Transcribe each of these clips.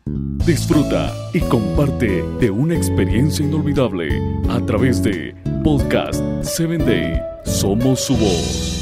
Disfruta y comparte de una experiencia inolvidable a través de Podcast 7 Day. Somos su voz.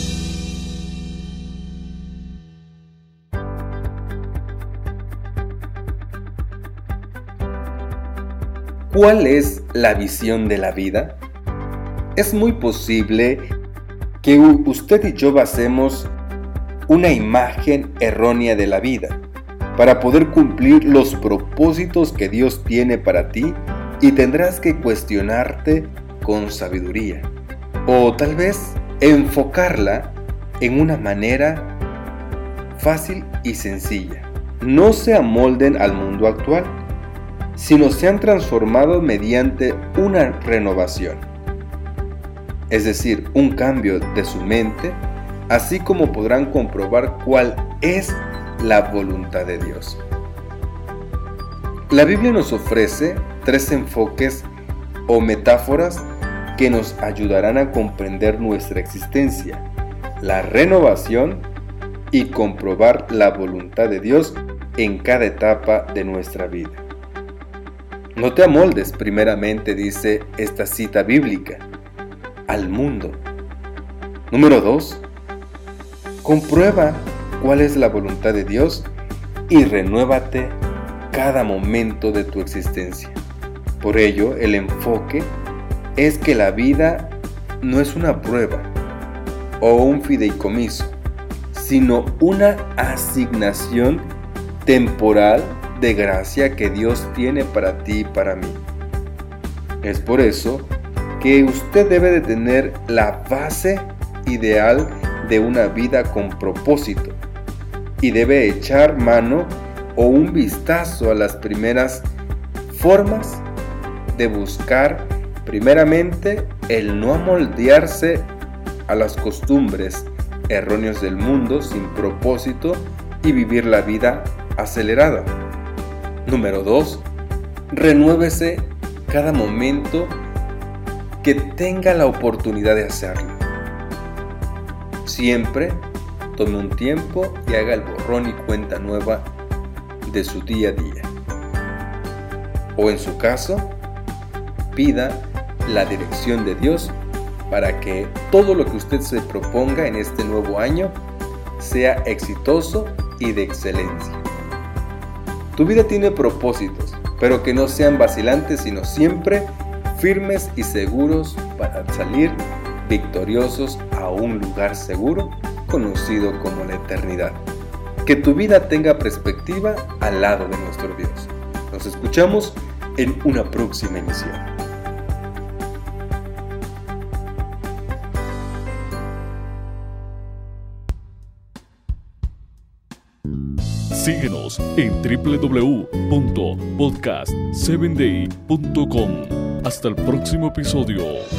¿Cuál es la visión de la vida? Es muy posible que usted y yo basemos una imagen errónea de la vida para poder cumplir los propósitos que Dios tiene para ti, y tendrás que cuestionarte con sabiduría, o tal vez enfocarla en una manera fácil y sencilla. No se amolden al mundo actual, sino sean transformados mediante una renovación, es decir, un cambio de su mente, así como podrán comprobar cuál es la voluntad de Dios. La Biblia nos ofrece 3 enfoques o metáforas que nos ayudarán a comprender nuestra existencia, la renovación y comprobar la voluntad de Dios en cada etapa de nuestra vida. No te amoldes, primeramente, dice esta cita bíblica, al mundo. Número 2, comprueba cuál es la voluntad de Dios y renuévate cada momento de tu existencia. Por ello, el enfoque es que la vida no es una prueba o un fideicomiso, sino una asignación temporal de gracia que Dios tiene para ti y para mí. Es por eso que usted debe de tener la base ideal de una vida con propósito y debe echar mano o un vistazo a las primeras formas de buscar primeramente el no amoldearse a las costumbres erróneas del mundo sin propósito y vivir la vida acelerada. Número 2, renuévese cada momento que tenga la oportunidad de hacerlo. Siempre tome un tiempo y haga el borrón y cuenta nueva de su día a día. O en su caso, pida la dirección de Dios para que todo lo que usted se proponga en este nuevo año sea exitoso y de excelencia. Tu vida tiene propósitos, pero que no sean vacilantes, sino siempre firmes y seguros para salir victoriosos a un lugar seguro conocido como la eternidad. Que tu vida tenga perspectiva al lado de nuestro Dios. Nos escuchamos en una próxima emisión. Síguenos en www.podcast7day.com. Hasta el próximo episodio.